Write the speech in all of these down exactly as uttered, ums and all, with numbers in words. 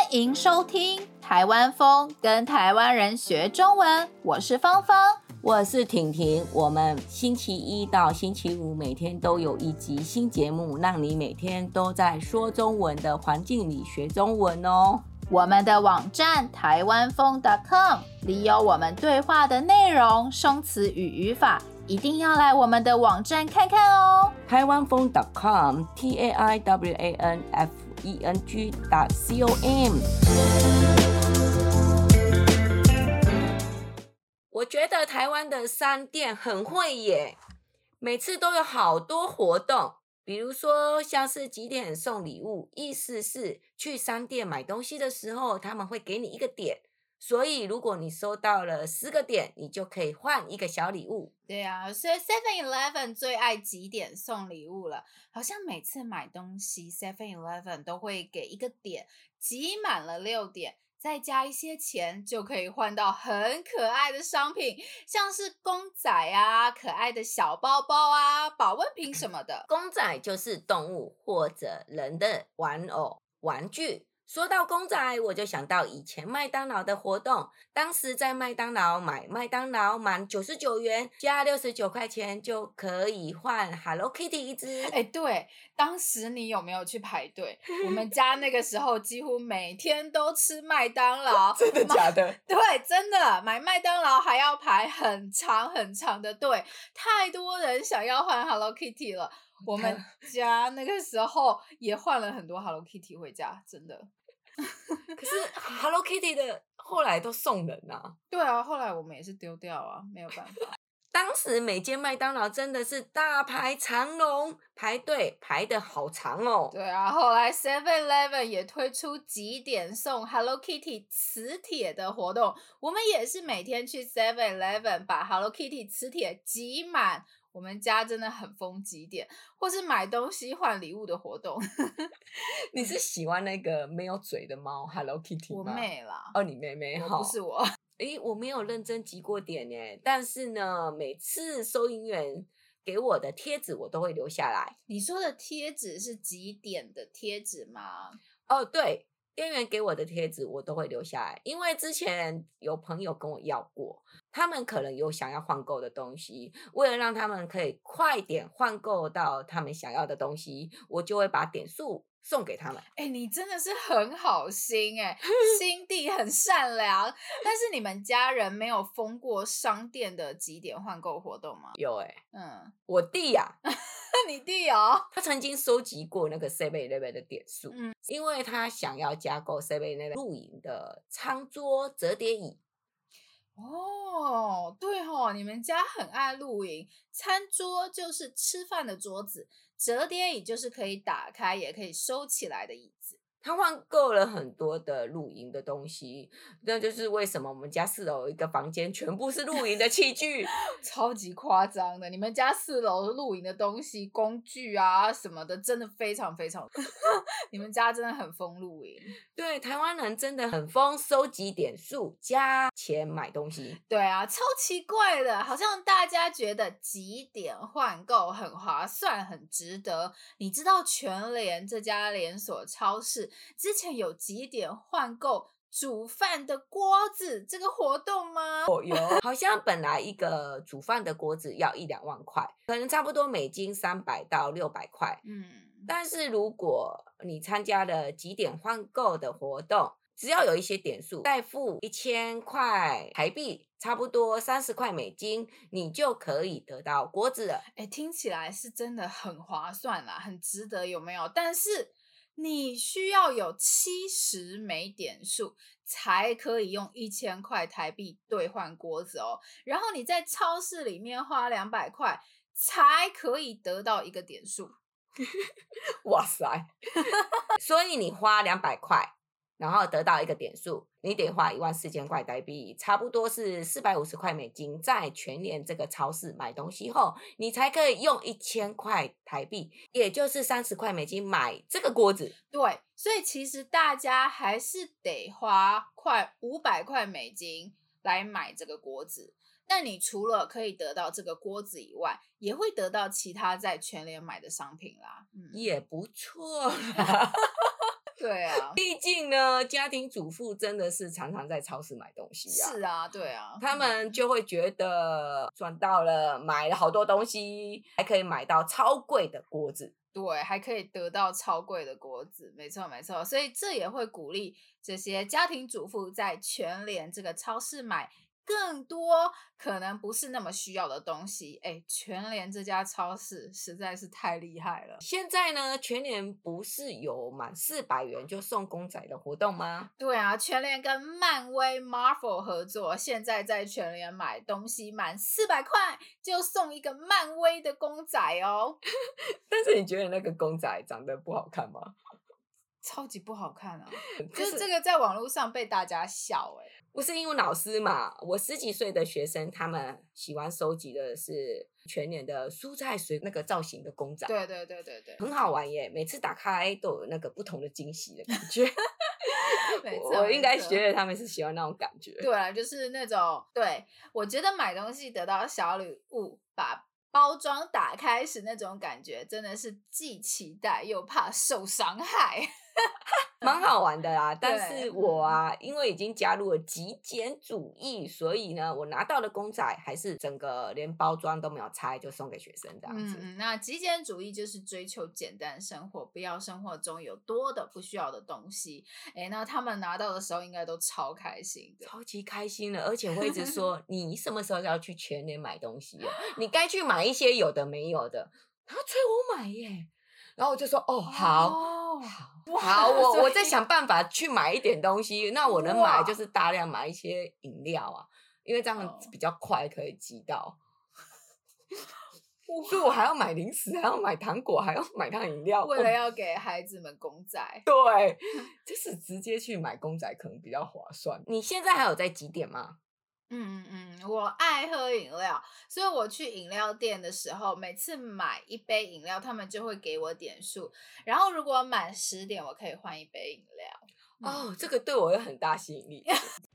欢迎收听台湾风跟台湾人学中文，我是芳芳， 我是婷婷。我们星期一到星期五每天都有一集新节目，让你每天都在说中文的环境里学中文哦。 我们的网站台湾风 .com 里有我们对话的内容、生词与语法，一定要来我们的网站看看哦。 台湾风 .com T A I W A N F E N G .com。 我觉得台湾的商店很会耶，每次都有好多活动，比如说像是几点送礼物，意思是去商店买东西的时候他们会给你一个点，所以如果你收到了十个点，你就可以换一个小礼物。 对啊，所以 seven eleven 最爱几点送礼物了，好像每次买东西 seven eleven 都会给一个点，集满了六点再加一些钱就可以换到很可爱的商品，像是公仔啊、可爱的小包包啊、保温瓶什么的。 公仔就是动物或者人的玩偶、玩具。说到公仔，我就想到以前麦当劳的活动，当时在麦当劳买麦当劳满九十九元加六十九块钱就可以换 Hello Kitty 一只。 哎，对，当时你有没有去排队？我们家那个时候几乎每天都吃麦当劳。 真的假的？ 对，真的，买麦当劳还要排很长很长的队，太多人想要换 Hello Kitty 了。我们家那个时候也换了很多 Hello Kitty 回家，真的。 可是 Hello Kitty 的后来都送人啊。 对啊，后来我们也是丢掉啊，没有办法。 当时每间麦当劳真的是大排长龙，排队排得好长哦。 对啊，后来 seven eleven 也推出几点送 Hello Kitty 磁铁的活动，我们也是每天去 seven eleven 把 Hello Kitty 磁铁集满。我们家真的很疯几点，或是买东西换礼物的活动。 你是喜欢那个没有嘴的猫 Hello Kitty 吗？ 我妹啦。 哦，你妹妹我不是我。 诶，我没有认真集过点耶，但是呢，每次收银员给我的贴纸我都会留下来。 你说的贴纸是几点的贴纸吗？ 哦，对，店员给我的贴纸我都会留下来，因为之前有朋友跟我要过，他们可能有想要换购的东西，为了让他们可以快点换购到他们想要的东西，我就会把点数送给他们。 哎、欸，你真的是很好心哎、欸，心地很善良。但是你们家人没有封过商店的几点换购活动吗？ 有哎、欸， 嗯， 我弟呀、啊， 你弟哦， 他曾经收集过那个 seven eleven 的点数， 嗯， 因为他想要加购 seven eleven 露营的餐桌折叠椅。 哦，对哦，你们家很爱露营，餐桌就是吃饭的桌子，折叠椅就是可以打开也可以收起来的椅子。 他换购了很多的露营的东西，那就是为什么我们家四楼有一个房间全部是露营的器具。 超级夸张的，你们家四楼露营的东西工具啊什么的真的非常非常你们家真的很疯露营。 对，台湾人真的很疯收集点数加钱买东西。 对啊，超奇怪的，好像大家觉得几点换购很划算很值得。你知道全联这家连锁超市之前有几点换购煮饭的锅子这个活动吗？ 哦，有，好像本来一个煮饭的锅子要一两万块，可能差不多美金三百到六百块。 嗯， 但是如果你参加了几点换购的活动，只要有一些点数，再付一千块台币，差不多三十块美金，你就可以得到锅子了。 哎，听起来是真的很划算啦，很值得，有没有？但是你需要有七十枚点数才可以用一千块台币兑换锅子哦。然后你在超市里面花两百块才可以得到一个点数。 哇塞！所以你花两百块，然后得到一个点数，你得花一万四千块台币，差不多是四百五十块美金，在全联这个超市买东西后，你才可以用一千块台币，也就是三十块美金买这个锅子。 对，所以其实大家还是得花快五百块美金来买这个锅子。但你除了可以得到这个锅子以外，也会得到其他在全联买的商品啦。 嗯，也不错啦。 对啊， 毕竟呢，家庭主妇真的是常常在超市买东西啊。 是啊，对啊， 他们就会觉得赚到了，买了好多东西，还可以买到超贵的锅子。 对，还可以得到超贵的锅子，没错没错，所以这也会鼓励这些家庭主妇在全联这个超市买更多可能不是那么需要的东西。哎，全联这家超市实在是太厉害了。 现在呢，全联不是有满四百元就送公仔的活动吗？ 对啊，全联跟漫威 Marvel 合作，现在在全联买东西满四百块就送一个漫威的公仔哦。 但是你觉得那个公仔长得不好看吗？ 超级不好看啊！ 就就是这个在网络上被大家笑哎、欸。 不是英文老师嘛？我十几岁的学生，他们喜欢收集的是全联的蔬菜水那个造型的公仔。 对对对对对， 很好玩耶！每次打开都有那个不同的惊喜的感觉。 没错我应该没错觉得他们是喜欢那种感觉。 对啊，就是那种对我觉得买东西得到小礼物，把包装打开时那种感觉，真的是既期待又怕受伤害。 蛮好玩的啦，但对是我啊，因为已经加入了极简主义，所以呢，我拿到的公仔还是整个连包装都没有拆，就送给学生这样子。 嗯嗯，那极简主义就是追求简单生活，不要生活中有多的不需要的东西。哎，那他们拿到的时候应该都超开心的。 超级开心的，而且会一直说你什么时候要去全联买东西哦？你该去买一些有的没有的。他催我买耶，然后我就说哦好。 哦， 好，我所以我在想办法去买一点东西。那我能买哇就是大量买一些饮料啊，因为这样哦比较快可以寄到。所以我还要买零食，还要买糖果，还要买趟饮料。 为了要给孩子们公仔。 对，就是直接去买公仔可能比较划算。你现在还有在几点吗？ 嗯嗯嗯，我爱喝饮料，所以我去饮料店的时候，每次买一杯饮料，他们就会给我点数，然后如果满十点，我可以换一杯饮料。 哦，这个对我有很大吸引力。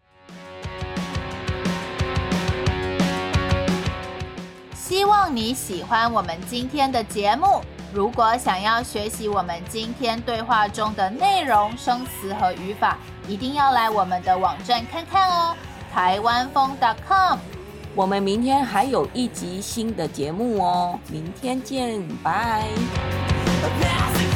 希望你喜欢我们今天的节目。如果想要学习我们今天对话中的内容、生词和语法，一定要来我们的网站看看哦。台湾风 .com， 我们明天还有一集新的节目哦，明天见，拜。